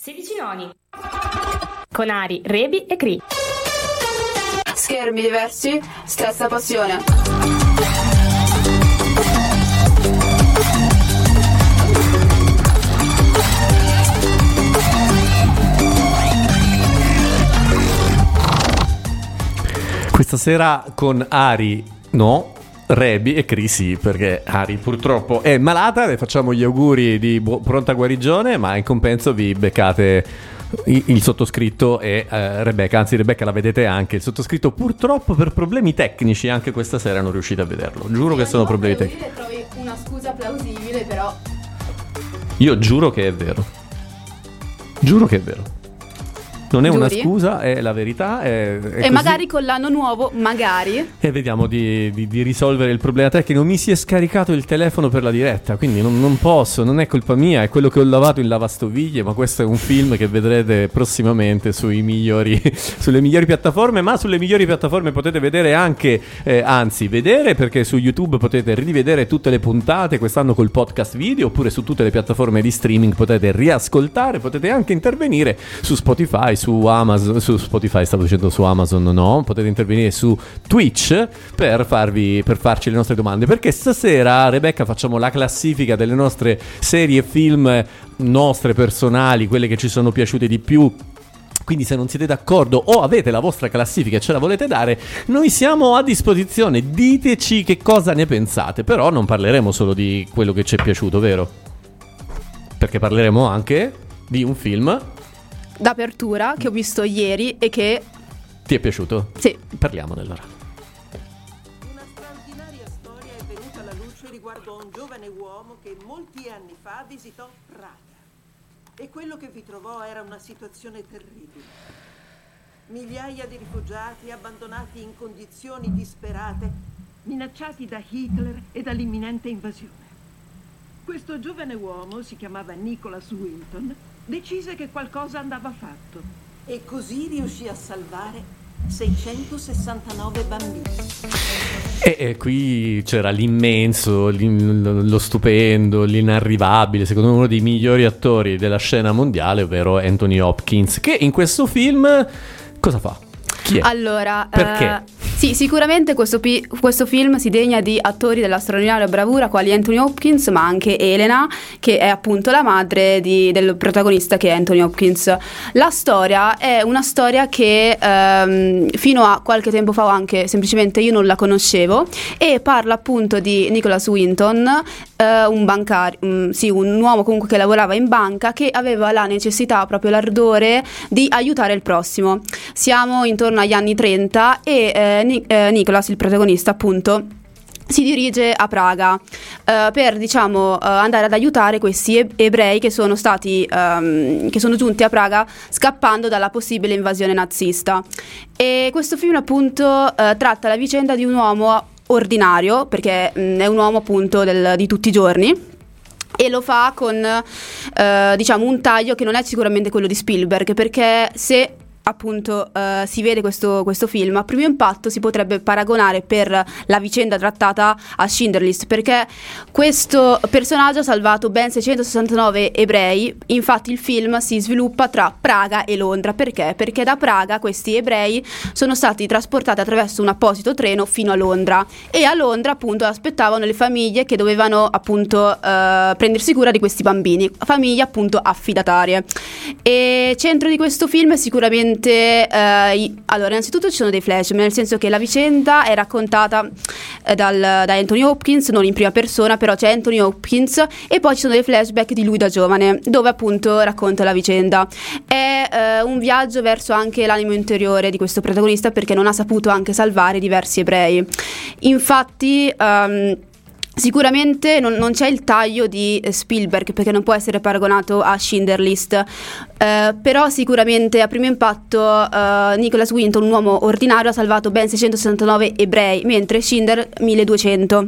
16 noni con Ari, Rebi e Cri. Schermi diversi, stessa passione. Questa sera con Ari no, Rebi e Cri sì, perché Ari purtroppo è malata. Le facciamo gli auguri di pronta guarigione, ma in compenso vi beccate il sottoscritto e Rebecca. Anzi, Rebecca la vedete anche. Il sottoscritto purtroppo per problemi tecnici anche questa sera non riuscite a vederlo. Giuro che sono problemi tecnici. Trovi una scusa plausibile, però io giuro che è vero. Giuro che è vero. Non è una scusa, è la verità. È e così. magari con l'anno nuovo, magari. E vediamo di risolvere il problema tecnico. Mi si è scaricato il telefono per la diretta, quindi non posso, non è colpa mia, è quello che ho lavato in lavastoviglie. Ma questo è un film che vedrete prossimamente sulle migliori piattaforme. Ma sulle migliori piattaforme potete vedere anche, anzi vedere, perché su YouTube potete rivedere tutte le puntate quest'anno col podcast video, oppure su tutte le piattaforme di streaming potete riascoltare. Potete anche intervenire su Spotify, su Amazon, su Spotify stavo dicendo, su Amazon no, potete intervenire su Twitch per farci le nostre domande, perché stasera, Rebecca, facciamo la classifica delle nostre serie film nostre personali, quelle che ci sono piaciute di più. Quindi se non siete d'accordo o avete la vostra classifica e ce la volete dare, noi siamo a disposizione, diteci che cosa ne pensate. Però non parleremo solo di quello che ci è piaciuto, vero? Perché parleremo anche di un film d'apertura che ho visto ieri e che ti è piaciuto? Sì. Parliamone allora. Una straordinaria storia è venuta alla luce riguardo a un giovane uomo che molti anni fa visitò Praga. E quello che vi trovò era una situazione terribile. Migliaia di rifugiati abbandonati in condizioni disperate, minacciati da Hitler e dall'imminente invasione. Questo giovane uomo, si chiamava Nicholas Winton, decise che qualcosa andava fatto e così riuscì a salvare 669 bambini. E qui c'era l'immenso, lo stupendo, l'inarrivabile, secondo me uno dei migliori attori della scena mondiale, ovvero Anthony Hopkins, che in questo film cosa fa? Chi è? Allora, perché? Sì, sicuramente questo film si degna di attori della straordinaria bravura quali Anthony Hopkins, ma anche Elena, che è appunto la madre del protagonista, che è Anthony Hopkins. La storia è una storia che fino a qualche tempo fa anche semplicemente io non la conoscevo, e parla appunto di Nicholas Winton, un bancario, un uomo comunque che lavorava in banca, che aveva la necessità, proprio l'ardore di aiutare il prossimo. Siamo intorno agli anni 30 e Nicholas, il protagonista appunto, si dirige a Praga per andare ad aiutare questi ebrei che sono giunti a Praga scappando dalla possibile invasione nazista. E questo film appunto tratta la vicenda di un uomo ordinario, perché è un uomo appunto di tutti i giorni, e lo fa con un taglio che non è sicuramente quello di Spielberg, perché se appunto si vede questo film, a primo impatto si potrebbe paragonare per la vicenda trattata a Schindler's List, perché questo personaggio ha salvato ben 669 ebrei. Infatti il film si sviluppa tra Praga e Londra. Perché? Perché da Praga questi ebrei sono stati trasportati attraverso un apposito treno fino a Londra, e a Londra appunto aspettavano le famiglie che dovevano appunto prendersi cura di questi bambini, famiglie appunto affidatarie. E centro di questo film è sicuramente allora, innanzitutto ci sono dei flashback, nel senso che la vicenda è raccontata da Anthony Hopkins, non in prima persona, però c'è Anthony Hopkins, e poi ci sono dei flashback di lui da giovane, dove appunto racconta la vicenda. È un viaggio verso anche l'animo interiore di questo protagonista, perché non ha saputo anche salvare diversi ebrei. Infatti sicuramente non c'è il taglio di Spielberg, perché non può essere paragonato a Schindler's List, però sicuramente a primo impatto Nicholas Winton, un uomo ordinario, ha salvato ben 669 ebrei, mentre Schindler 1200.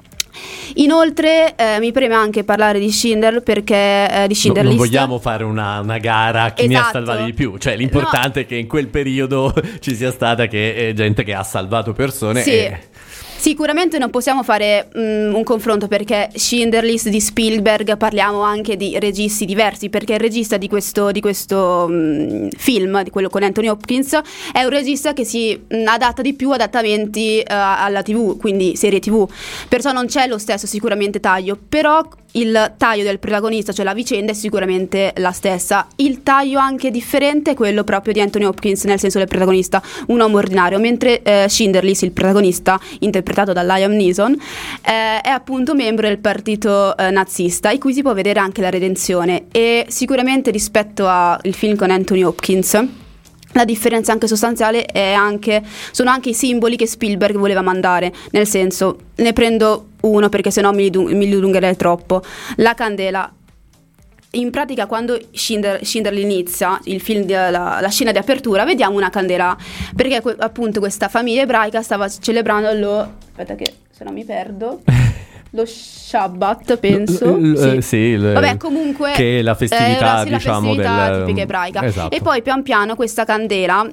Inoltre mi preme anche parlare di Schindler, perché di Schindler's non List vogliamo fare una gara a chi ne ha salvati di più, cioè l'importante è che in quel periodo ci sia stata gente che ha salvato persone. Sì. Sicuramente non possiamo fare un confronto, perché Schindler's List di Spielberg, parliamo anche di registi diversi, perché il regista di questo film, di quello con Anthony Hopkins, è un regista che si adatta di più adattamenti alla TV, quindi serie TV, perciò non c'è lo stesso sicuramente taglio, però il taglio del protagonista, cioè la vicenda, è sicuramente la stessa. Il taglio anche differente è quello proprio di Anthony Hopkins, nel senso del protagonista, un uomo ordinario, mentre Schindler's List, il protagonista, interpretato da Liam Neeson, è appunto membro del partito nazista, in cui si può vedere anche la redenzione. E sicuramente rispetto al film con Anthony Hopkins, la differenza anche sostanziale sono anche i simboli che Spielberg voleva mandare, nel senso, ne prendo uno perché sennò mi dilungherei troppo. La candela. In pratica, quando Schindler inizia il film, la scena di apertura, vediamo una candela, perché appunto questa famiglia ebraica stava celebrando aspetta che se no mi perdo. Lo Shabbat, penso. Vabbè, comunque, che è la festività, diciamo, tipica ebraica. Esatto. E poi pian piano questa candela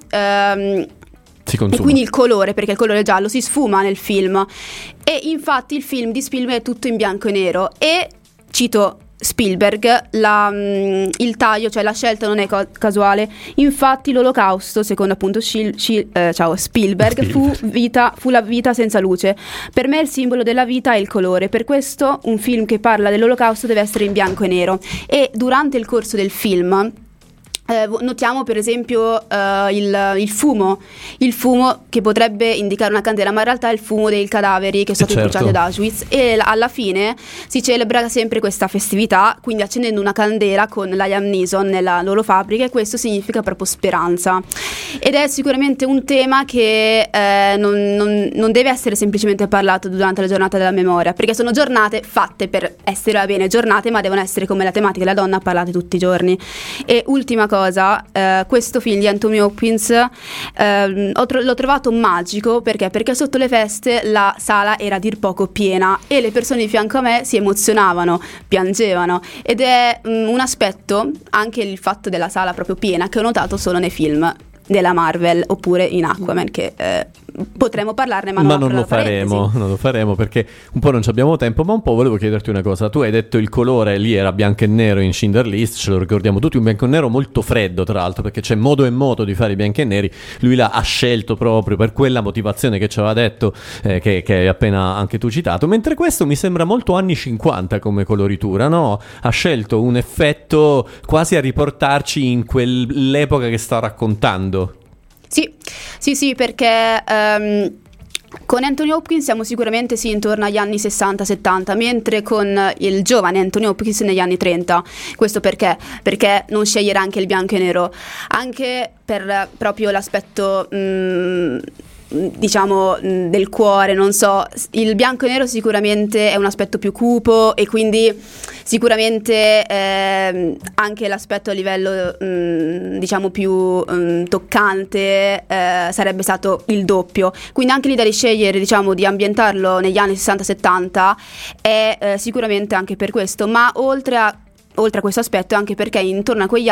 si consuma. E quindi il colore, perché il colore giallo si sfuma nel film. E infatti il film di Spielberg è tutto in bianco e nero. E cito Spielberg, il taglio, cioè la scelta non è casuale. Infatti l'olocausto, secondo appunto Spielberg, fu la vita senza luce. Per me il simbolo della vita è il colore, per questo un film che parla dell'olocausto deve essere in bianco e nero. E durante il corso del film notiamo per esempio il fumo che potrebbe indicare una candela, ma in realtà è il fumo dei cadaveri che sono stati bruciati ad Auschwitz. E alla fine si celebra sempre questa festività, quindi accendendo una candela con Liam Neeson nella loro fabbrica, e questo significa proprio speranza. Ed è sicuramente un tema che non deve essere semplicemente parlato durante la giornata della memoria, perché sono giornate fatte per essere, bene, giornate, ma devono essere, come la tematica della donna, parlate tutti i giorni. E ultima cosa, questo film di Anthony Hopkins l'ho trovato magico, perché sotto le feste la sala era a dir poco piena e le persone di fianco a me si emozionavano, piangevano, ed è un aspetto, anche il fatto della sala proprio piena, che ho notato solo nei film della Marvel oppure in Aquaman, che potremmo parlarne, ma non lo faremo perché un po' non abbiamo tempo. Ma un po' volevo chiederti una cosa. Tu hai detto il colore lì era bianco e nero in Schindler's List, ce lo ricordiamo tutti, un bianco e nero molto freddo, tra l'altro, perché c'è modo e modo di fare i bianchi e neri. Lui l'ha scelto proprio per quella motivazione che ci aveva detto, che hai appena anche tu citato, mentre questo mi sembra molto anni 50 come coloritura, no? Ha scelto un effetto quasi a riportarci in quell'epoca che sta raccontando. Sì, perché con Anthony Hopkins siamo sicuramente intorno agli anni 60-70, mentre con il giovane Anthony Hopkins negli anni 30. Questo perché non scegliere anche il bianco e nero? Anche per proprio l'aspetto diciamo del cuore, non so, il bianco e nero sicuramente è un aspetto più cupo, e quindi sicuramente anche l'aspetto a livello diciamo più toccante sarebbe stato il doppio. Quindi anche l'idea di scegliere, diciamo, di ambientarlo negli anni 60-70 è sicuramente anche per questo, ma oltre a questo aspetto, anche perché intorno a quegli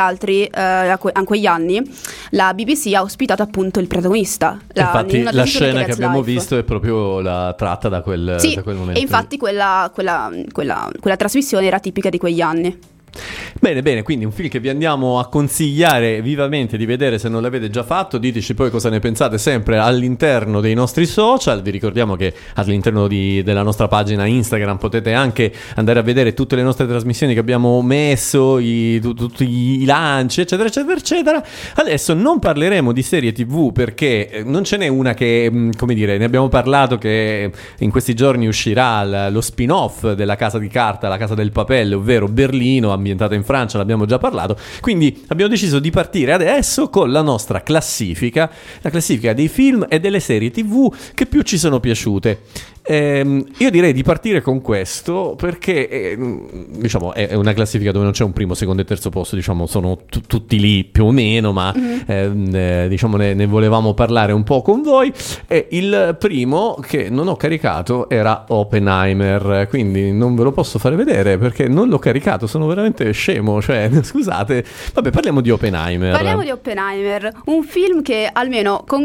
anni la BBC ha ospitato appunto il protagonista. Infatti la scena che abbiamo visto è proprio la tratta da quel momento. E infatti quella trasmissione era tipica di quegli anni. Bene, quindi un film che vi andiamo a consigliare vivamente di vedere se non l'avete già fatto. Diteci poi cosa ne pensate sempre all'interno dei nostri social. Vi ricordiamo che all'interno della nostra pagina Instagram potete anche andare a vedere tutte le nostre trasmissioni che abbiamo messo, tutti i lanci, eccetera eccetera eccetera. Adesso non parleremo di serie TV, perché non ce n'è una che, come dire, ne abbiamo parlato, che in questi giorni uscirà lo spin-off della Casa di Carta, la Casa del Papel, ovvero Berlino, ambientata in Francia, l'abbiamo già parlato. Quindi abbiamo deciso di partire adesso con la nostra classifica, la classifica dei film e delle serie TV che più ci sono piaciute. Io direi di partire con questo, perché diciamo è una classifica dove non c'è un primo, secondo e terzo posto, diciamo sono tutti lì più o meno, ma diciamo ne volevamo parlare un po' con voi. E il primo che non ho caricato era Oppenheimer, quindi non ve lo posso fare vedere perché non l'ho caricato, sono veramente scemo, cioè scusate. Vabbè, parliamo di Oppenheimer, un film che almeno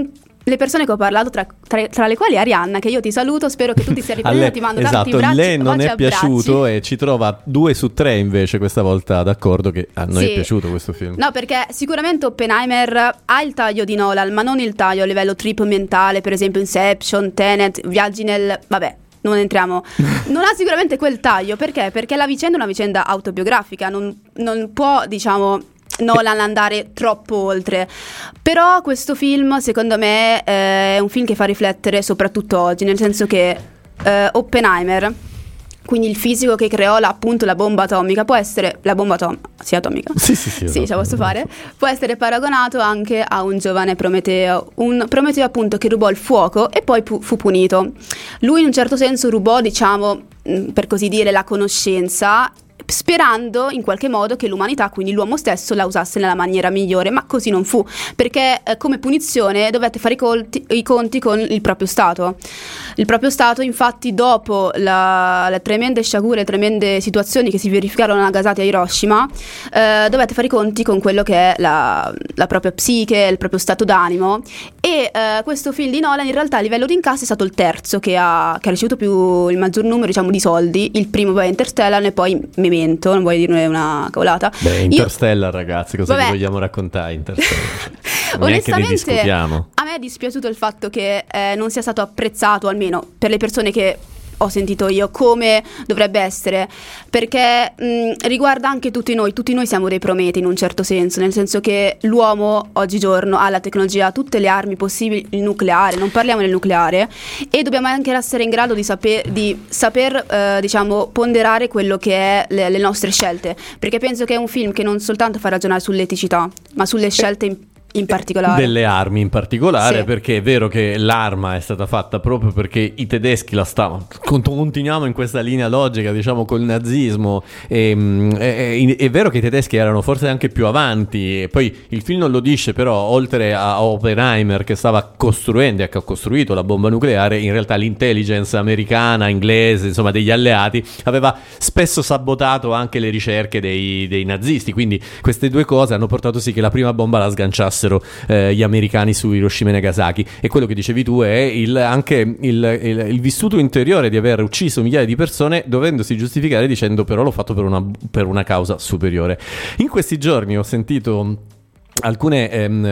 le persone che ho parlato, tra le quali Arianna, che io ti saluto, spero che tu ti stia riprendendo, ti mando tanti esatto, abbracci, lei non baci è e piaciuto abbracci. e ci trova 2 su 3 invece questa volta d'accordo che a noi è piaciuto questo film. No, perché sicuramente Oppenheimer ha il taglio di Nolan, ma non il taglio a livello trip mentale, per esempio Inception, Tenet, viaggi nel... vabbè. Non entriamo. Non ha sicuramente quel taglio. Perché? Perché la vicenda è una vicenda autobiografica. Non può, diciamo, Nolan andare troppo oltre. Però questo film, secondo me, è un film che fa riflettere soprattutto oggi. Nel senso che Oppenheimer, quindi il fisico che creò appunto la bomba atomica, può essere la bomba atomica. Sì, Sì, ce la posso fare. Può essere paragonato anche a un giovane Prometeo, un Prometeo appunto che rubò il fuoco e poi fu punito. Lui in un certo senso rubò, diciamo, per così dire, la conoscenza, sperando in qualche modo che l'umanità, quindi l'uomo stesso, la usasse nella maniera migliore, ma così non fu, perché come punizione dovette fare i conti con il proprio Stato. Il proprio Stato, infatti, dopo le tremende sciagure, tremende situazioni che si verificarono a Nagasaki e a Hiroshima, dovette fare i conti con quello che è la propria psiche, il proprio stato d'animo. E questo film di Nolan in realtà a livello di incassi è stato il terzo che ha ricevuto il maggior numero, diciamo, di soldi. Il primo poi è Interstellar e poi Memento, non vuoi dire una cavolata? Beh, Interstellar, ragazzi, cosa vi vogliamo raccontare Interstellar? Onestamente a me è dispiaciuto il fatto che non sia stato apprezzato, almeno per le persone che ho sentito io, come dovrebbe essere, perché riguarda anche tutti noi siamo dei Prometi in un certo senso, nel senso che l'uomo oggigiorno ha la tecnologia, ha tutte le armi possibili, il nucleare, non parliamo del nucleare, e dobbiamo anche essere in grado di saper diciamo ponderare quello che è le nostre scelte, perché penso che è un film che non soltanto fa ragionare sull'eticità, ma sulle scelte in particolare. Delle armi in particolare, sì. Perché è vero che l'arma è stata fatta proprio perché i tedeschi la stavano. Continuiamo in questa linea logica, diciamo, col nazismo. È vero che i tedeschi erano forse anche più avanti. E poi il film non lo dice, però, oltre a Oppenheimer che stava costruendo e che ha costruito la bomba nucleare, in realtà l'intelligence americana, inglese, insomma, degli alleati, aveva spesso sabotato anche le ricerche dei nazisti. Quindi queste due cose hanno portato sì che la prima bomba la sganciasse gli americani su Hiroshima e Nagasaki. E quello che dicevi tu è anche il vissuto interiore di aver ucciso migliaia di persone, dovendosi giustificare dicendo però l'ho fatto per una causa superiore. In questi giorni ho sentito alcune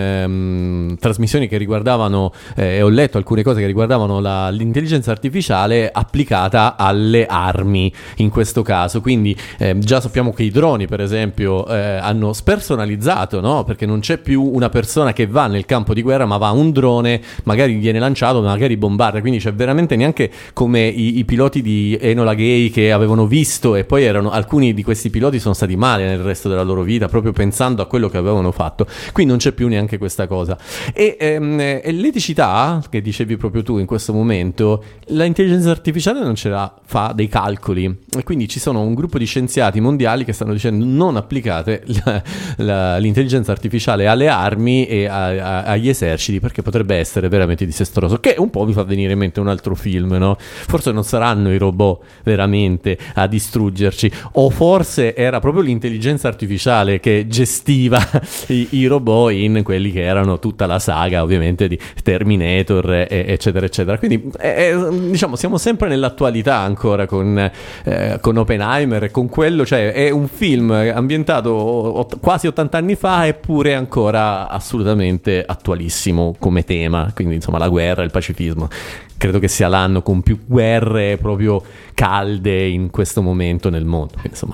trasmissioni che riguardavano e ho letto alcune cose che riguardavano l'intelligenza artificiale applicata alle armi in questo caso. Quindi già sappiamo che i droni, per esempio, hanno spersonalizzato, no? Perché non c'è più una persona che va nel campo di guerra, ma va un drone, magari viene lanciato, magari bombarda. Quindi c'è veramente neanche come i piloti di Enola Gay che avevano visto, e poi alcuni di questi piloti sono stati male nel resto della loro vita proprio pensando a quello che avevano fatto. Qui non c'è più neanche questa cosa. E l'eticità che dicevi proprio tu in questo momento, l'intelligenza artificiale non ce la fa dei calcoli, e quindi ci sono un gruppo di scienziati mondiali che stanno dicendo non applicate l'intelligenza artificiale alle armi e agli eserciti, perché potrebbe essere veramente disastroso. Che un po' mi fa venire in mente un altro film, no? Forse non saranno i robot veramente a distruggerci, o forse era proprio l'intelligenza artificiale che gestiva i robot in quelli che erano tutta la saga ovviamente di Terminator eccetera eccetera. Quindi diciamo siamo sempre nell'attualità ancora con Oppenheimer e con quello, cioè è un film ambientato quasi 80 anni fa eppure ancora assolutamente attualissimo come tema. Quindi insomma la guerra, il pacifismo, credo che sia l'anno con più guerre proprio calde in questo momento nel mondo. Quindi, insomma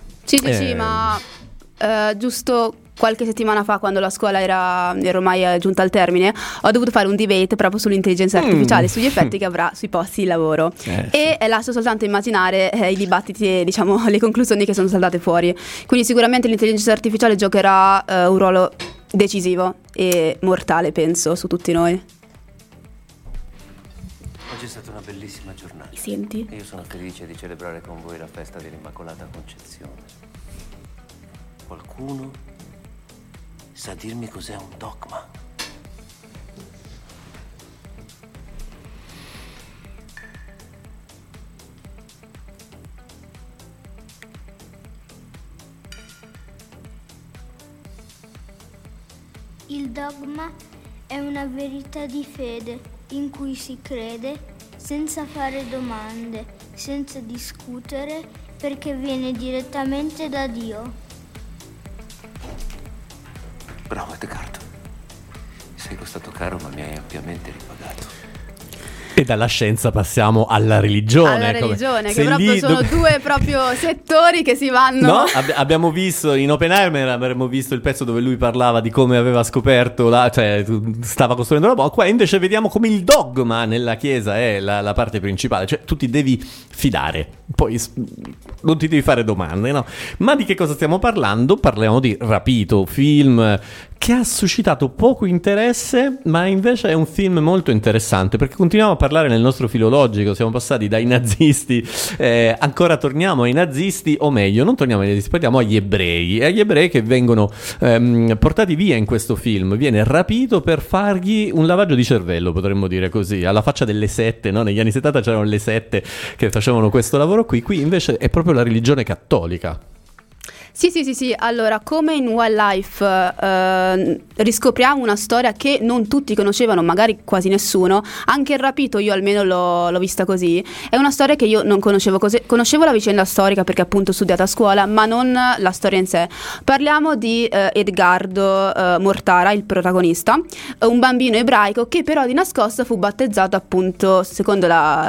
sì, ma giusto qualche settimana fa, quando la scuola era ormai giunta al termine, ho dovuto fare un debate proprio sull'intelligenza artificiale, sugli effetti che avrà sui posti di lavoro. E lascio soltanto immaginare i dibattiti e diciamo le conclusioni che sono saltate fuori. Quindi sicuramente l'intelligenza artificiale giocherà un ruolo decisivo e mortale, penso, su tutti noi. Oggi è stata una bellissima giornata. Mi senti? E io sono felice di celebrare con voi la festa dell'Immacolata Concezione. Qualcuno sa dirmi cos'è un dogma? Il dogma è una verità di fede in cui si crede senza fare domande, senza discutere, perché viene direttamente da Dio. Bravo Edgardo. Mi sei costato caro, ma mi hai ampiamente ripagato. E dalla scienza passiamo alla religione. Alla religione, che Se proprio lì sono due proprio settori che si vanno. No, abbiamo visto in Oppenheimer, avremmo visto il pezzo dove lui parlava di come aveva scoperto, cioè stava costruendo la bomba. Qua invece vediamo come il dogma nella chiesa è la parte principale, cioè tu ti devi fidare, poi non ti devi fare domande, no? Ma di che cosa stiamo parlando? Parliamo di Rapito, film che ha suscitato poco interesse, ma invece è un film molto interessante, perché continuiamo a parlare nel nostro filologico, siamo passati dai nazisti, ancora torniamo ai nazisti, o meglio, non torniamo ai nazisti, parliamo agli ebrei, e agli ebrei che vengono portati via in questo film, viene rapito per fargli un lavaggio di cervello, potremmo dire così, alla faccia delle sette, no? Negli anni 70 c'erano le sette che facevano questo lavoro qui invece è proprio la religione cattolica. Sì, allora come in Wildlife riscopriamo una storia che non tutti conoscevano, magari quasi nessuno, anche il Rapito io almeno l'ho vista così, è una storia che io non conoscevo, conoscevo la vicenda storica perché appunto ho studiato a scuola, ma non la storia in sé. Parliamo di Edgardo Mortara, il protagonista, un bambino ebraico che però di nascosto fu battezzato appunto secondo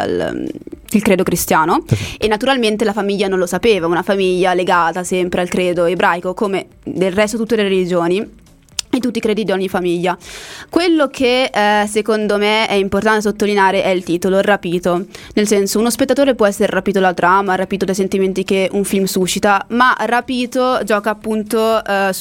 il credo cristiano, e naturalmente la famiglia non lo sapeva, una famiglia legata sempre al credo ebraico come del resto tutte le religioni e tutti i credi di ogni famiglia. Quello che secondo me è importante sottolineare è il titolo, Rapito, nel senso uno spettatore può essere rapito dalla trama, rapito dai sentimenti che un film suscita, ma Rapito gioca appunto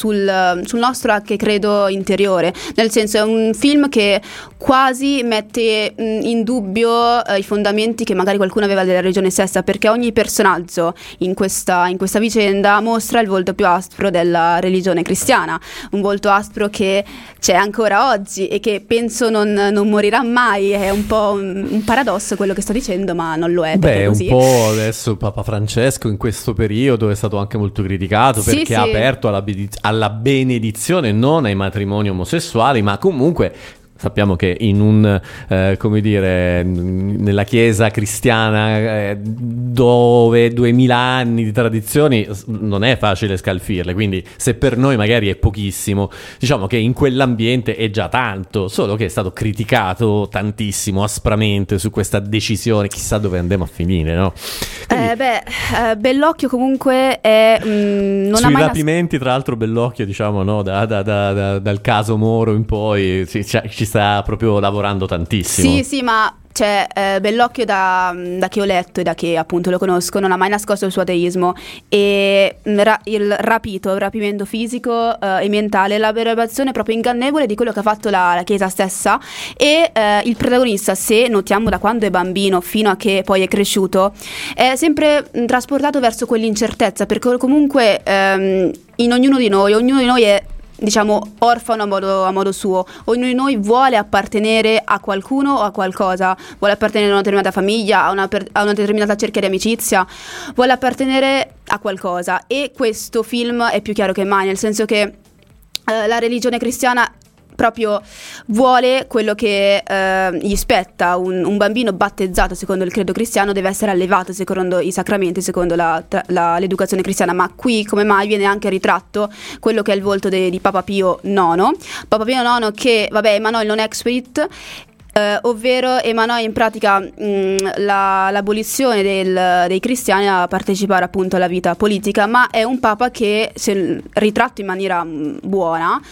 sul nostro anche credo interiore, nel senso è un film che quasi mette in dubbio i fondamenti che magari qualcuno aveva della religione stessa, perché ogni personaggio in questa vicenda mostra il volto più aspro della religione cristiana, un volto aspro che c'è ancora oggi e che penso non morirà mai. È un po' un paradosso quello che sto dicendo, ma non lo è. Beh, è così. Un po' adesso Papa Francesco in questo periodo è stato anche molto criticato perché ha aperto alla benedizione, non ai matrimoni omosessuali, ma comunque sappiamo che in come dire, nella chiesa cristiana dove 2000 anni di tradizioni non è facile scalfirle, quindi se per noi magari è pochissimo, diciamo che in quell'ambiente è già tanto, solo che è stato criticato tantissimo, aspramente su questa decisione, chissà dove andiamo a finire, no? Quindi, Bellocchio comunque è non sui ha mai rapimenti, tra l'altro Bellocchio, diciamo, no, dal caso Moro in poi ci sta proprio lavorando tantissimo. Sì, ma cioè Bellocchio da che ho letto e da che appunto lo conosco non ha mai nascosto il suo ateismo, e il rapimento fisico e mentale, la rivelazione proprio ingannevole di quello che ha fatto la Chiesa stessa, e il protagonista, se notiamo da quando è bambino fino a che poi è cresciuto, è sempre trasportato verso quell'incertezza, perché comunque in ognuno di noi è, diciamo, orfano a modo suo. Ognuno di noi vuole appartenere a qualcuno o a qualcosa, vuole appartenere a una determinata famiglia, a una determinata cerchia di amicizia, vuole appartenere a qualcosa, e questo film è più chiaro che mai, nel senso che la religione cristiana proprio vuole quello che gli spetta. Un bambino battezzato secondo il credo cristiano deve essere allevato secondo i sacramenti, secondo l'educazione cristiana, ma qui come mai viene anche ritratto quello che è il volto di Papa Pio IX. Papa Pio IX che, vabbè, emanò il non exuit, ovvero emanò in pratica l'abolizione dei cristiani a partecipare appunto alla vita politica, ma è un papa che, se ritratto in maniera buona,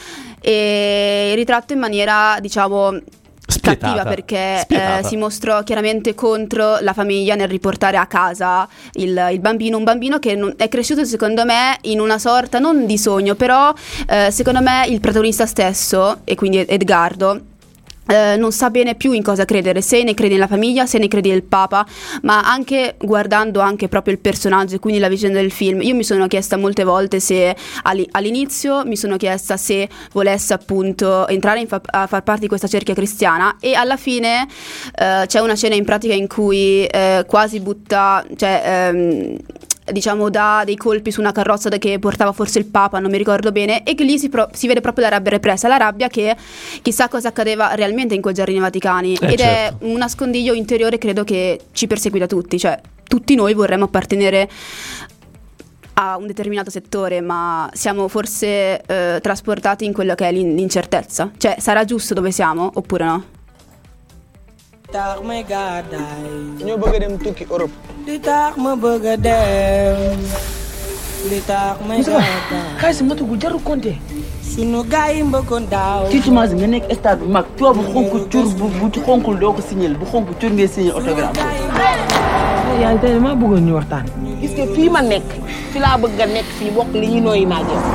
e ritratto in maniera, diciamo, cattiva, perché si mostrò chiaramente contro la famiglia nel riportare a casa il bambino, un bambino che è cresciuto secondo me in una sorta non di sogno, però secondo me il protagonista stesso, e quindi Edgardo, non sa bene più in cosa credere, se ne crede nella famiglia, se ne crede nel Papa, ma anche guardando anche proprio il personaggio e quindi la vicenda del film, io mi sono chiesta molte volte se all'inizio mi sono chiesta se volesse appunto entrare a far parte di questa cerchia cristiana, e alla fine c'è una scena in pratica in cui quasi butta, cioè diciamo dà dei colpi su una carrozza che portava forse il Papa, non mi ricordo bene, e che lì si vede proprio la rabbia repressa, la rabbia che chissà cosa accadeva realmente in quei giardini vaticani, ed certo. è un nascondiglio interiore, credo, che ci perseguita tutti, cioè tutti noi vorremmo appartenere a un determinato settore, ma siamo forse trasportati in quello che è l'incertezza, cioè sarà giusto dove siamo oppure no? Tax ma gàddaay ñoo bëgg a dem tukki Europe li tax ma bëgg a dem li tax ma gàddaay xaalis matugul jarul compter sunu gaay yi mbëkkoon daaw ci image nga nekk stade bu mag tubaab bu xonk cur bu ci xonkul doo ko signé bu xonk cur ngay signé autographe yaa ngi tey dama bëggoon ñu waxtaan gis nga fii ma nekk fi laa bëgg a nekk fii bokk li ñu nooyi maa jëm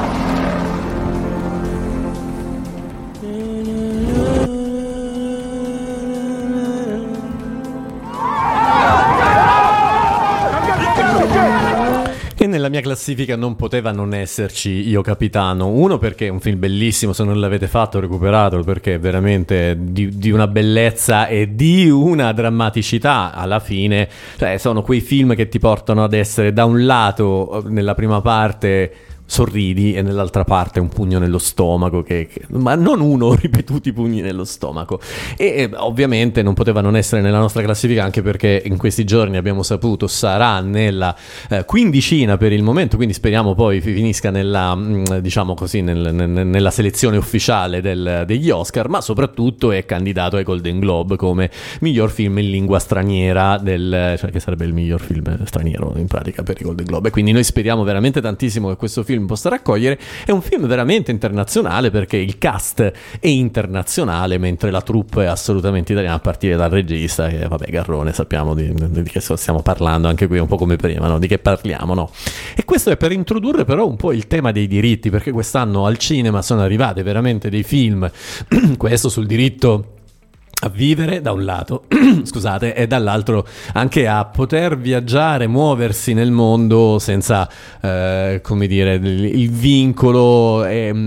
E nella mia classifica non poteva non esserci Io Capitano. Uno, perché è un film bellissimo, se non l'avete fatto recuperatelo, perché è veramente di una bellezza e di una drammaticità alla fine. Cioè, sono quei film che ti portano ad essere, da un lato, nella prima parte sorridi e nell'altra parte un pugno nello stomaco, ma non uno, ripetuti pugni nello stomaco. E ovviamente non poteva non essere nella nostra classifica, anche perché in questi giorni abbiamo saputo sarà nella quindicina per il momento, quindi speriamo poi finisca nella diciamo così nella selezione ufficiale degli Oscar, ma soprattutto è candidato ai Golden Globe come miglior film in lingua straniera, cioè che sarebbe il miglior film straniero in pratica per i Golden Globe, e quindi noi speriamo veramente tantissimo che questo film possa raccogliere. È un film veramente internazionale perché il cast è internazionale, mentre la troupe è assolutamente italiana, a partire dal regista, che vabbè, Garrone, sappiamo di che stiamo parlando anche qui, un po' come prima, no? Di che parliamo, no? E questo è per introdurre però un po' il tema dei diritti, perché quest'anno al cinema sono arrivate veramente dei film questo sul diritto a vivere da un lato, scusate, e dall'altro anche a poter viaggiare, muoversi nel mondo senza, come dire, il vincolo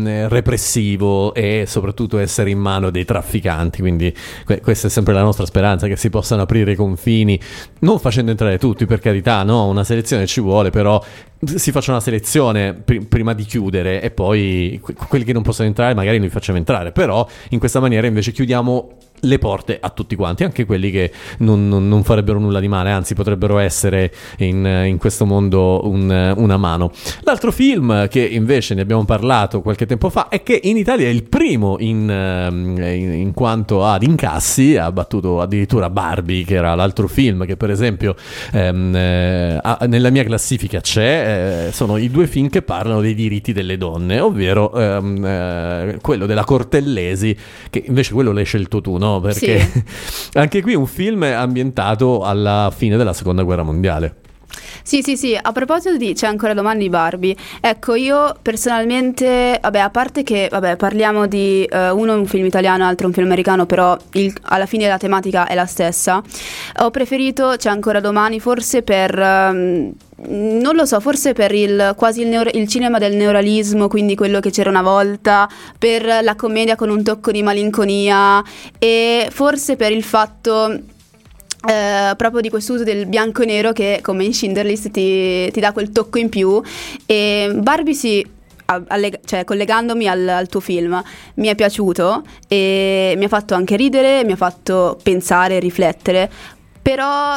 repressivo e soprattutto essere in mano dei trafficanti. Quindi questa è sempre la nostra speranza, che si possano aprire i confini, non facendo entrare tutti, per carità, no, una selezione ci vuole, però si faccia una selezione prima di chiudere, e poi quelli che non possono entrare magari noi facciamo entrare, però in questa maniera invece chiudiamo le porte a tutti quanti, anche quelli che non farebbero nulla di male, anzi potrebbero essere in questo mondo una mano. L'altro film che invece ne abbiamo parlato qualche tempo fa e che in Italia è il primo in quanto ad incassi, ha battuto addirittura Barbie, che era l'altro film che per esempio nella mia classifica c'è, sono i due film che parlano dei diritti delle donne, ovvero quello della Cortellesi, che invece quello l'hai scelto tu, no? Perché sì. Anche qui un film ambientato alla fine della Seconda Guerra Mondiale. Sì, a proposito di C'è ancora domani di Barbie, ecco, io personalmente, vabbè, a parte che, vabbè, parliamo di uno è un film italiano, l'altro un film americano, però alla fine la tematica è la stessa. Ho preferito C'è ancora domani forse per non lo so, forse per il cinema del neorealismo, quindi quello che c'era una volta, per la commedia con un tocco di malinconia, e forse per il fatto proprio di quest'uso del bianco e nero che, come in Schindler's List, ti dà quel tocco in più. E Barbie sì, cioè collegandomi al tuo film, mi è piaciuto e mi ha fatto anche ridere, mi ha fatto pensare, riflettere, però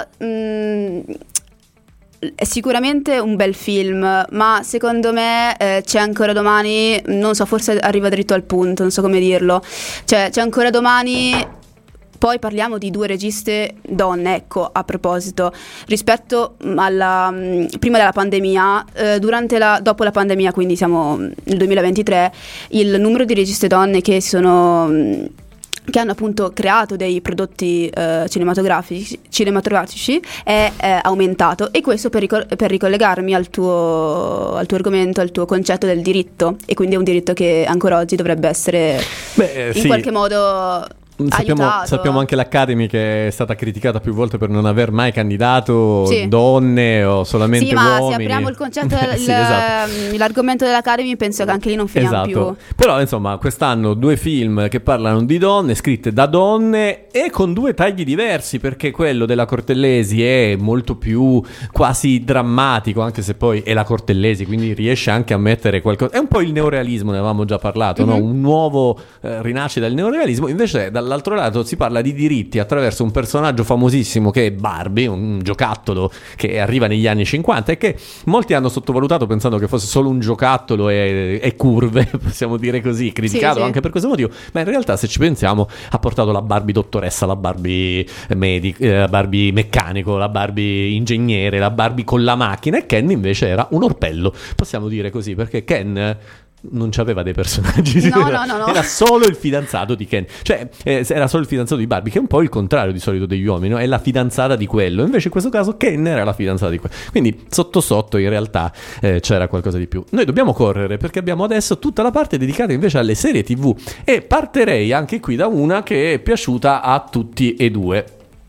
è sicuramente un bel film, ma secondo me C'è ancora domani, non so, forse arriva dritto al punto, non so come dirlo. Cioè, C'è ancora domani. Poi parliamo di due registe donne, ecco, a proposito, rispetto alla prima della pandemia, dopo la pandemia, quindi siamo nel 2023, il numero di registe donne che hanno appunto creato dei prodotti cinematografici è aumentato, e questo per ricollegarmi al tuo argomento, al tuo concetto del diritto, e quindi è un diritto che ancora oggi dovrebbe essere in qualche modo Sappiamo anche l'Academy che è stata criticata più volte per non aver mai candidato Sì. donne o solamente Sì, ma uomini. se apriamo il concetto, Sì, esatto. l'argomento dell'Academy, penso che anche lì non finiamo Esatto. più. Però insomma quest'anno 2 film che parlano di donne, scritte da donne e con 2 tagli diversi, perché quello della Cortellesi è molto più quasi drammatico, anche se poi è la Cortellesi, quindi riesce anche a mettere qualcosa, è un po' il neorealismo, ne avevamo già parlato, no? Un nuovo rinascita del neorealismo. Invece dall'altro lato si parla di diritti attraverso un personaggio famosissimo che è Barbie, un giocattolo che arriva negli anni 50 e che molti hanno sottovalutato pensando che fosse solo un giocattolo e curve, possiamo dire così, criticato Sì. anche per questo motivo, ma in realtà se ci pensiamo ha portato la Barbie dottoressa, la Barbie la Barbie meccanico, la Barbie ingegnere, la Barbie con la macchina, e Ken invece era un orpello, possiamo dire così, perché Ken non c'aveva dei personaggi, No. era solo il fidanzato di Ken, cioè era solo il fidanzato di Barbie, che è un po' il contrario di solito degli uomini, no? È la fidanzata di quello, invece in questo caso Ken era la fidanzata di quello, quindi sotto sotto in realtà c'era qualcosa di più. Noi dobbiamo correre perché abbiamo adesso tutta la parte dedicata invece alle serie TV, e partirei anche qui da una che è piaciuta a tutti e due.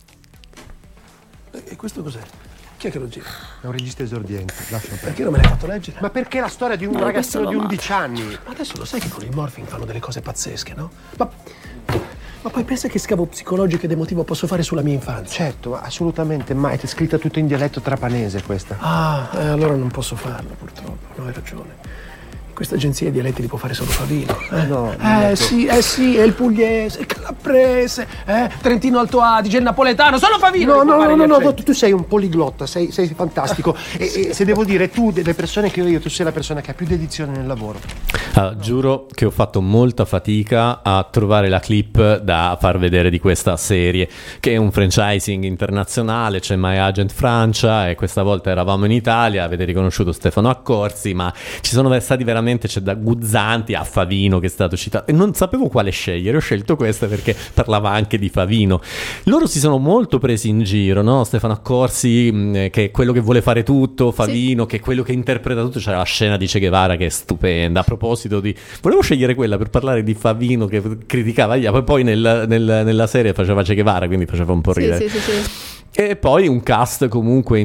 E questo cos'è? Chi è che lo gira? È un regista esordiente, lascia perdere. Perché non me l'hai fatto leggere? Ma perché la storia di un No, ragazzino questo di lo 11 anni? Ma adesso lo sai che con il morphing fanno delle cose pazzesche, no? Ma poi pensa che scavo psicologico ed emotivo posso fare sulla mia infanzia. Certo, assolutamente, ma è scritta tutto in dialetto trapanese questa. Allora non posso farlo, purtroppo. No, hai ragione. In questa agenzia i dialetti li può fare solo Favino. No, sì, è il pugliese, il calabrese, Trentino Alto Adige, il napoletano, solo Favino. No, tu sei un poliglotta, sei fantastico. E se devo dire, tu, delle persone che ho io, tu sei la persona che ha più dedizione nel lavoro. Giuro che ho fatto molta fatica a trovare la clip da far vedere di questa serie, che è un franchising internazionale, c'è My Agent Francia, e questa volta eravamo in Italia, avete riconosciuto Stefano Accorsi, ma ci sono stati veramente, c'è da Guzzanti a Favino che è stato citato, e non sapevo quale scegliere, ho scelto questa perché parlava anche di Favino. Loro si sono molto presi in giro, no? Stefano Accorsi che è quello che vuole fare tutto, Favino che è quello che interpreta tutto. C'era la scena di Che Guevara che è stupenda, a proposito di, volevo scegliere quella per parlare di Favino che criticava poi nella serie faceva Che Guevara, quindi faceva un po' ridere. Sì. E poi un cast comunque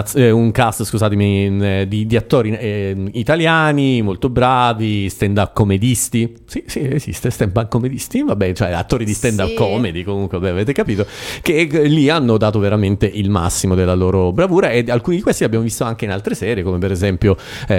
di attori italiani molto bravi, stand-up comedisti. Sì, esiste stand-up comedisti, vabbè, cioè attori di stand-up comedy, comunque, vabbè, avete capito, che lì hanno dato veramente il massimo della loro bravura, e alcuni di questi abbiamo visto anche in altre serie, come per esempio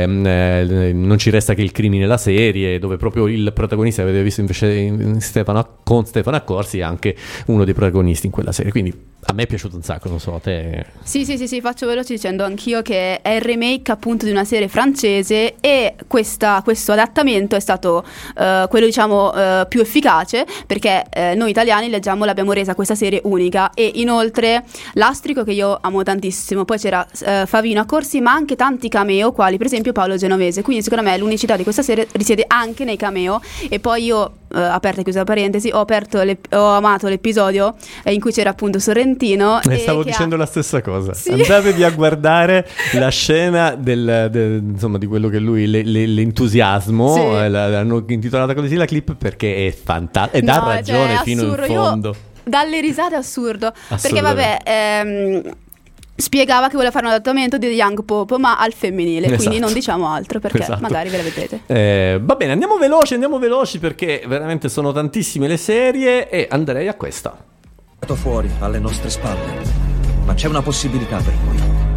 Non ci resta che il crimine, la serie, dove proprio il protagonista, avete visto invece con Stefano Accorsi, è anche uno dei protagonisti in quella serie, quindi a me è piaciuto un sacco, non so, a te. Sì, faccio veloce dicendo anch'io che è il remake appunto di una serie francese, e questo adattamento è stato quello diciamo più efficace, perché noi italiani l'abbiamo resa questa serie unica, e inoltre Lastrico, che io amo tantissimo, poi c'era Favino Accorsi, ma anche tanti cameo, quali per esempio Paolo Genovese, quindi secondo me l'unicità di questa serie risiede anche nei cameo. E poi io, aperta e chiusa parentesi, ho amato l'episodio in cui c'era appunto Sorrentino. Stavo dicendo la stessa cosa. Sì. Andatevi a guardare la scena insomma, di quello che lui l'entusiasmo, Sì. Hanno intitolata così la clip perché è fantastico e dà ragione fino in fondo. Dalle risate assurdo. Perché vabbè, spiegava che voleva fare un adattamento di The Young Pope, ma al femminile, Esatto. quindi non diciamo altro, perché Esatto. magari ve la vedrete. Va bene, andiamo veloci perché veramente sono tantissime le serie, e andrei a questa. Fuori alle nostre spalle, ma c'è una possibilità per noi.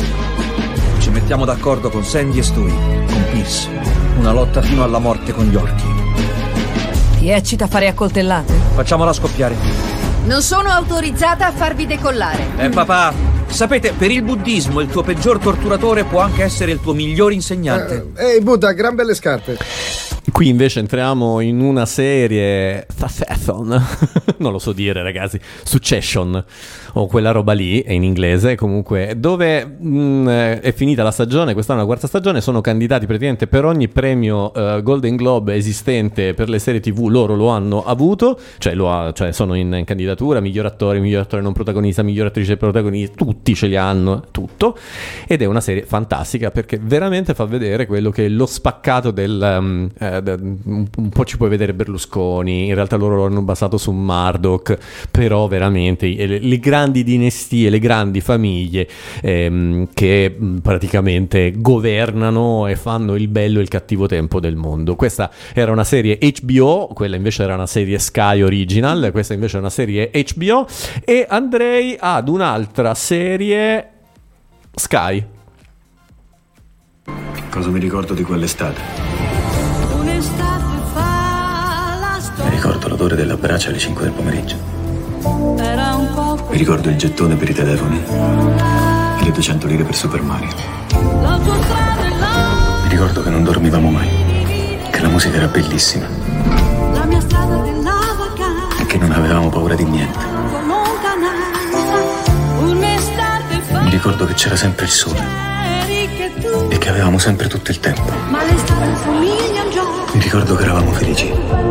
Ci mettiamo d'accordo con Sandy e Stewie, con Pierce, una lotta fino alla morte con gli orchi. Ti eccita fare accoltellate? Facciamola scoppiare. Non sono autorizzata a farvi decollare. Papà, sapete, per il buddismo il tuo peggior torturatore può anche essere il tuo miglior insegnante. Ehi Buddha, gran belle scarpe. Qui invece entriamo in una serie non lo so dire, ragazzi, Succession o quella roba lì, è in inglese comunque, dove è finita la stagione, quest'anno la quarta stagione, sono candidati praticamente per ogni premio Golden Globe esistente per le serie TV, loro lo hanno avuto, cioè sono in candidatura, miglior attore non protagonista, miglior attrice protagonista, tutti ce li hanno, tutto, ed è una serie fantastica perché veramente fa vedere quello che è lo spaccato un po' ci puoi vedere Berlusconi, in realtà loro lo hanno basato su Murdoch, però veramente le grandi dinastie, le grandi famiglie che praticamente governano e fanno il bello e il cattivo tempo del mondo. Questa era una serie HBO, quella invece era una serie Sky Original, questa invece è una serie HBO, e andrei ad un'altra serie Sky. Cosa mi ricordo di quell'estate? Mi ricordo l'odore della brace alle 5 del pomeriggio. Mi ricordo il gettone per i telefoni e le 200 lire per Super Mario. Mi ricordo che non dormivamo mai, che la musica era bellissima e che non avevamo paura di niente. Mi ricordo che c'era sempre il sole e che avevamo sempre tutto il tempo. Mi ricordo che eravamo felici.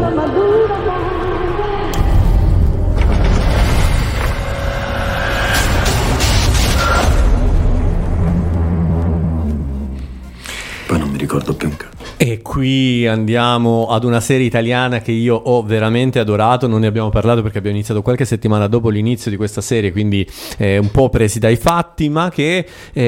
Poi non mi ricordo più un cazzo. E qui andiamo ad una serie italiana che io ho veramente adorato. Non ne abbiamo parlato perché abbiamo iniziato qualche settimana dopo l'inizio di questa serie, quindi un po' presi dai fatti, ma che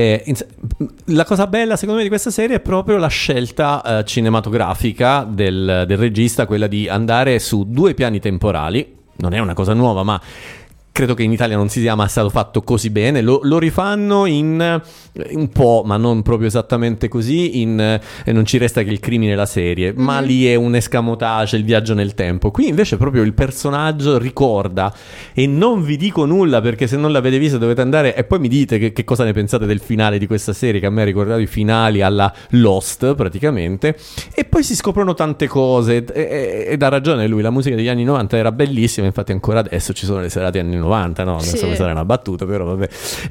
la cosa bella secondo me di questa serie è proprio la scelta cinematografica del regista, quella di andare su 2 piani temporali. Non è una cosa nuova, ma credo che in Italia non si sia mai stato fatto così bene. Lo rifanno in un po', ma non proprio esattamente così, non ci resta che il crimine e la serie, ma lì è un escamotage, il viaggio nel tempo. Qui invece proprio il personaggio ricorda, e non vi dico nulla perché se non l'avete visto dovete andare e poi mi dite che cosa ne pensate del finale di questa serie, che a me ha ricordato i finali alla Lost praticamente, e poi si scoprono tante cose ed ha ragione lui, la musica degli anni 90 era bellissima, infatti ancora adesso ci sono le serate anni 90, no? Adesso questa era una battuta, però vabbè.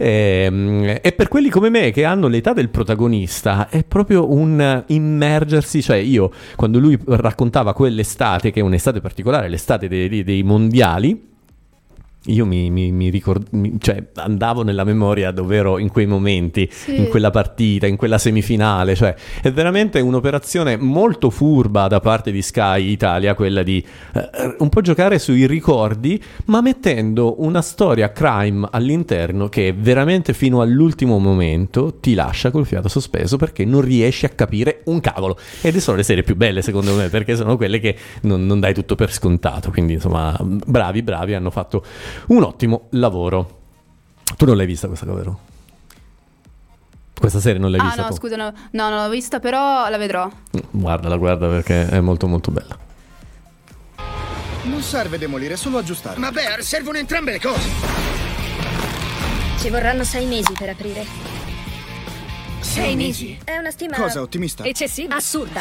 E per quelli come me che hanno l'età del protagonista è proprio un immergersi, cioè io quando lui raccontava quell'estate, che è un'estate particolare, l'estate dei mondiali, io mi ricordo, cioè andavo nella memoria dove ero in quei momenti, in quella partita, in quella semifinale, cioè è veramente un'operazione molto furba da parte di Sky Italia, quella di un po' giocare sui ricordi, ma mettendo una storia crime all'interno che veramente fino all'ultimo momento ti lascia col fiato sospeso perché non riesci a capire un cavolo, ed sono le serie più belle secondo me, perché sono quelle che non dai tutto per scontato, quindi insomma bravi, hanno fatto un ottimo lavoro. Tu non l'hai vista questa, vero? Questa serie non l'hai vista? No, scusa, no, non l'ho vista, però la vedrò. Guarda perché è molto molto bella. Non serve demolire, solo aggiustare. Vabbè, servono entrambe le cose. Ci vorranno 6 mesi per aprire. 6 mesi? È una stima... Cosa, ottimista? Eccessiva? Assurda.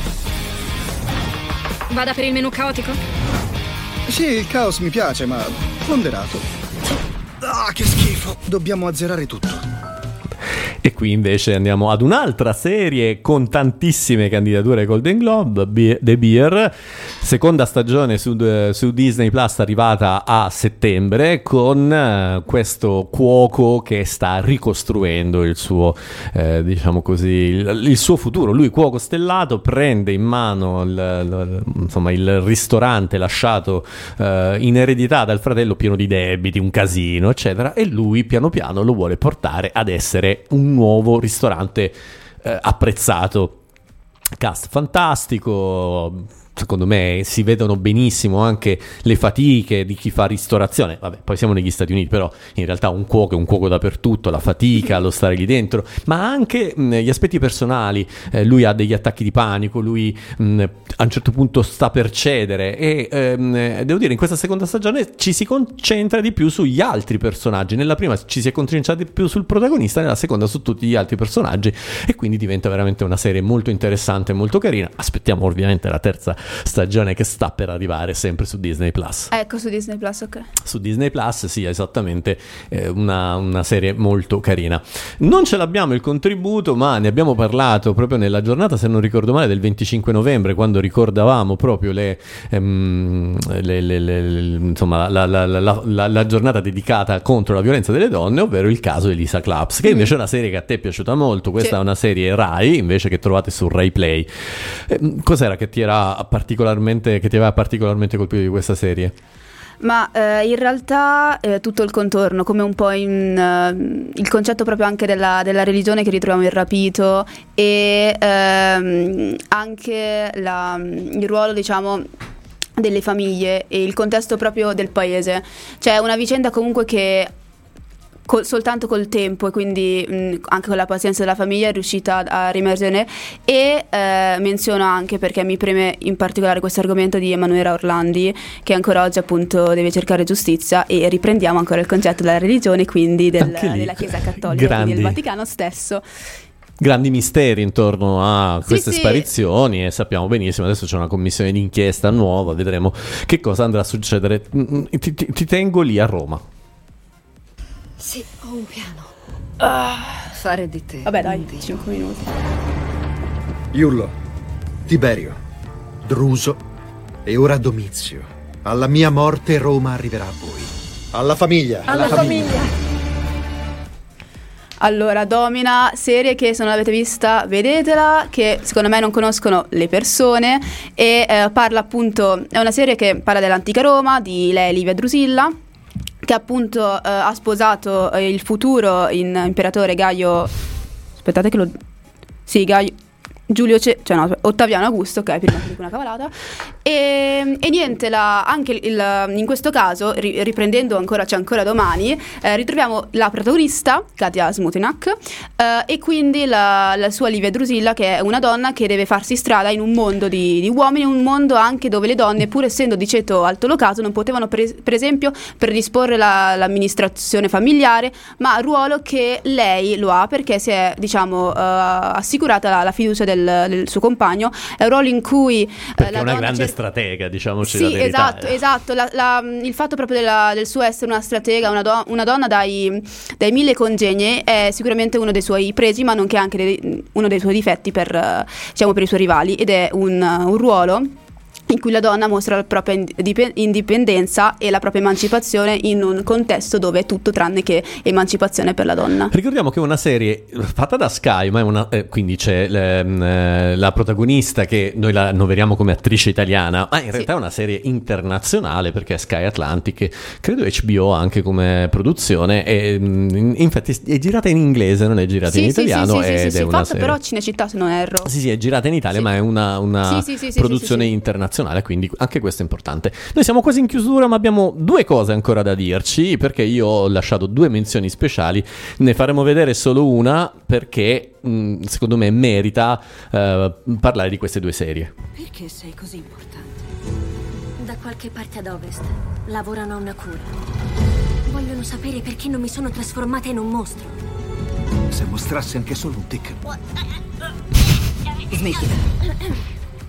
Vada per il menù caotico? Sì, il caos mi piace, ma ponderato. Ah, che schifo. Dobbiamo azzerare tutto. E qui invece andiamo ad un'altra serie con tantissime candidature ai Golden Globe, The Bear, seconda stagione su Disney Plus, arrivata a settembre, con questo cuoco che sta ricostruendo il suo, diciamo così, il suo futuro. Lui, cuoco stellato, prende in mano il ristorante lasciato in eredità dal fratello, pieno di debiti, un casino, eccetera, e lui piano piano lo vuole portare ad essere un nuovo ristorante apprezzato. Cast fantastico, secondo me si vedono benissimo anche le fatiche di chi fa ristorazione. Vabbè, poi siamo negli Stati Uniti, però in realtà un cuoco è un cuoco dappertutto, la fatica, lo stare lì dentro, ma anche gli aspetti personali. Lui ha degli attacchi di panico, lui a un certo punto sta per cedere e devo dire in questa seconda stagione ci si concentra di più sugli altri personaggi. Nella prima ci si è concentrati di più sul protagonista, nella seconda su tutti gli altri personaggi, e quindi diventa veramente una serie molto interessante e molto carina. Aspettiamo ovviamente la terza stagione che sta per arrivare sempre su Disney Plus. Ecco, su Disney Plus, ok. Su Disney Plus, sì, esattamente, una serie molto carina. Non ce l'abbiamo il contributo, ma ne abbiamo parlato proprio nella giornata, se non ricordo male, del 25 novembre, quando ricordavamo proprio insomma, la giornata dedicata contro la violenza delle donne, ovvero il caso di Lisa Claps, che invece è una serie che a te è piaciuta molto. Questa è una serie Rai, invece, che trovate su Rai Play. Cos'era che ti aveva particolarmente colpito di questa serie? Ma in realtà tutto il contorno, come un po' il concetto proprio anche della religione che ritroviamo in Rapito, e anche il ruolo, diciamo, delle famiglie e il contesto proprio del paese. Cioè una vicenda comunque che soltanto col tempo e quindi anche con la pazienza della famiglia è riuscita a riemergere. E menziono anche, perché mi preme in particolare questo argomento, di Emanuela Orlandi, che ancora oggi appunto deve cercare giustizia, e riprendiamo ancora il concetto della religione, quindi della Chiesa Cattolica, quindi del Vaticano stesso. Grandi misteri intorno a queste sparizioni, e sappiamo benissimo, adesso c'è una commissione d'inchiesta nuova, vedremo che cosa andrà a succedere. Ti tengo lì a Roma. Sì, ho un piano. Fare di te. Vabbè, dai, 5 minuti. Iullo, Tiberio, Druso e ora Domizio. Alla mia morte Roma arriverà a voi. Alla famiglia. Alla famiglia. Allora, Domina, serie che se non l'avete vista vedetela, che secondo me non conoscono le persone, e parla appunto, è una serie che parla dell'antica Roma, di lei Livia Drusilla, che appunto ha sposato il futuro imperatore Gaio, aspettate che lo... sì, Gaio... Ottaviano Augusto, ok, prima di una cavolata. E niente, anche in questo caso, riprendendo ancora C'è ancora domani, ritroviamo la protagonista, Katia Smutenak, e quindi la sua Livia Drusilla, che è una donna che deve farsi strada in un mondo di uomini, un mondo anche dove le donne, pur essendo di ceto altolocato, non potevano per esempio predisporre l'amministrazione familiare, ma ruolo che lei lo ha, perché si è, diciamo, assicurata la fiducia del suo compagno. È un ruolo in cui perché è una grande stratega, diciamoci la verità. Esatto. Il fatto proprio del suo essere una stratega, una donna dai 1000 congegni, è sicuramente uno dei suoi pregi, ma nonché anche uno dei suoi difetti per i suoi rivali, ed è un ruolo in cui la donna mostra la propria indipendenza e la propria emancipazione in un contesto dove è tutto tranne che emancipazione per la donna. Ricordiamo che è una serie fatta da Sky, ma quindi c'è la protagonista, che noi la annoveriamo come attrice italiana, ma in realtà è una serie internazionale, perché è Sky Atlantic, credo HBO anche come produzione, e infatti è girata in inglese, non è girata in italiano, ed è una serie, però Cinecittà, se non erro. Sì, è girata in Italia, ma è una produzione internazionale, quindi anche questo è importante. Noi siamo quasi in chiusura, ma abbiamo due cose ancora da dirci, perché io ho lasciato 2 menzioni speciali, ne faremo vedere solo una, perché secondo me merita parlare di queste 2 serie. Perché sei così importante? Da qualche parte ad ovest lavorano a una cura. Vogliono sapere perché non mi sono trasformata in un mostro. Se mostrassi anche solo un tic. Smettila.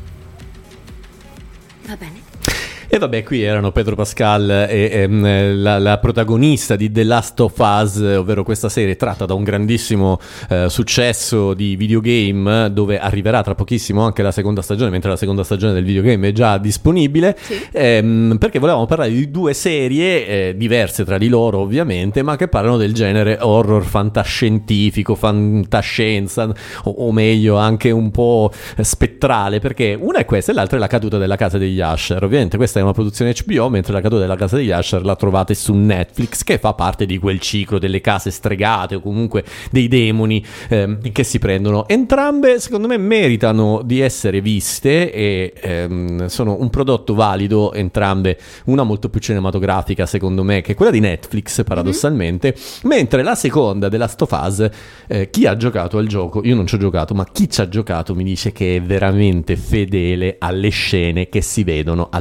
Va bene. E vabbè, qui erano Pedro Pascal e la protagonista di The Last of Us, ovvero questa serie tratta da un grandissimo successo di videogame, dove arriverà tra pochissimo anche la seconda stagione, mentre la seconda stagione del videogame è già disponibile, perché volevamo parlare di 2 serie diverse tra di loro, ovviamente, ma che parlano del genere horror fantascientifico, fantascienza, o meglio anche un po' spettrale, perché una è questa e l'altra è La caduta della casa degli Usher. Ovviamente questa è una produzione HBO, mentre La caduta della casa degli Usher la trovate su Netflix, che fa parte di quel ciclo delle case stregate, o comunque dei demoni che si prendono. Entrambe secondo me meritano di essere viste, e sono un prodotto valido entrambe, una molto più cinematografica secondo me che quella di Netflix, paradossalmente, mentre la seconda, The Last of Us, chi ha giocato al gioco, io non ci ho giocato, ma chi ci ha giocato mi dice che è veramente fedele alle scene che si vedono all'interno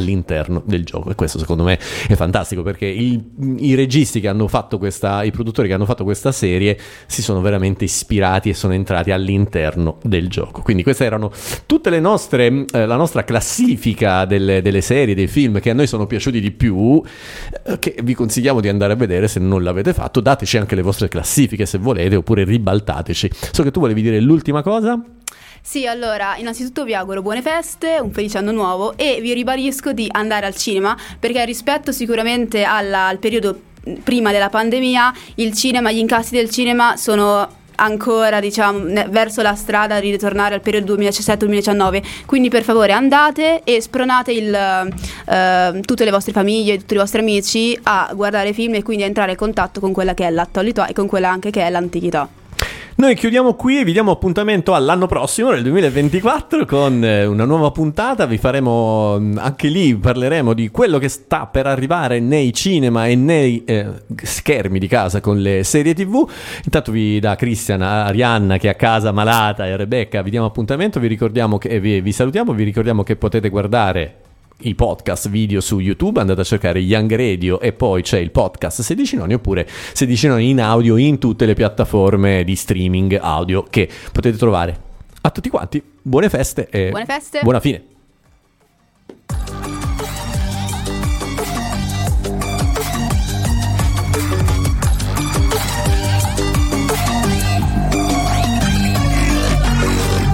all'interno del gioco, e questo secondo me è fantastico, perché i registi che hanno fatto i produttori che hanno fatto questa serie si sono veramente ispirati e sono entrati all'interno del gioco. Quindi queste erano tutte la nostra classifica delle serie, dei film che a noi sono piaciuti di più, che vi consigliamo di andare a vedere se non l'avete fatto. Dateci anche le vostre classifiche se volete, oppure ribaltateci. So che tu volevi dire l'ultima cosa. Sì, allora, innanzitutto vi auguro buone feste, un felice anno nuovo, e vi ribadisco di andare al cinema, perché rispetto sicuramente al periodo prima della pandemia, il cinema, gli incassi del cinema sono ancora, diciamo, verso la strada di ritornare al periodo 2017-2019. Quindi per favore andate e spronate tutte le vostre famiglie, tutti i vostri amici a guardare film e quindi a entrare in contatto con quella che è l'attualità e con quella anche che è l'antichità. Noi chiudiamo qui e vi diamo appuntamento all'anno prossimo, nel 2024, con una nuova puntata. Vi faremo, anche lì parleremo di quello che sta per arrivare nei cinema e nei schermi di casa con le serie TV. Intanto da Cristian, Arianna che è a casa malata, e Rebecca vi diamo appuntamento. Vi ricordiamo che vi salutiamo, vi ricordiamo che potete guardare i podcast video su YouTube, andate a cercare Young Radio e poi c'è il podcast 16 noni, oppure 16 noni in audio in tutte le piattaforme di streaming audio che potete trovare. A tutti quanti buone feste e buona fine.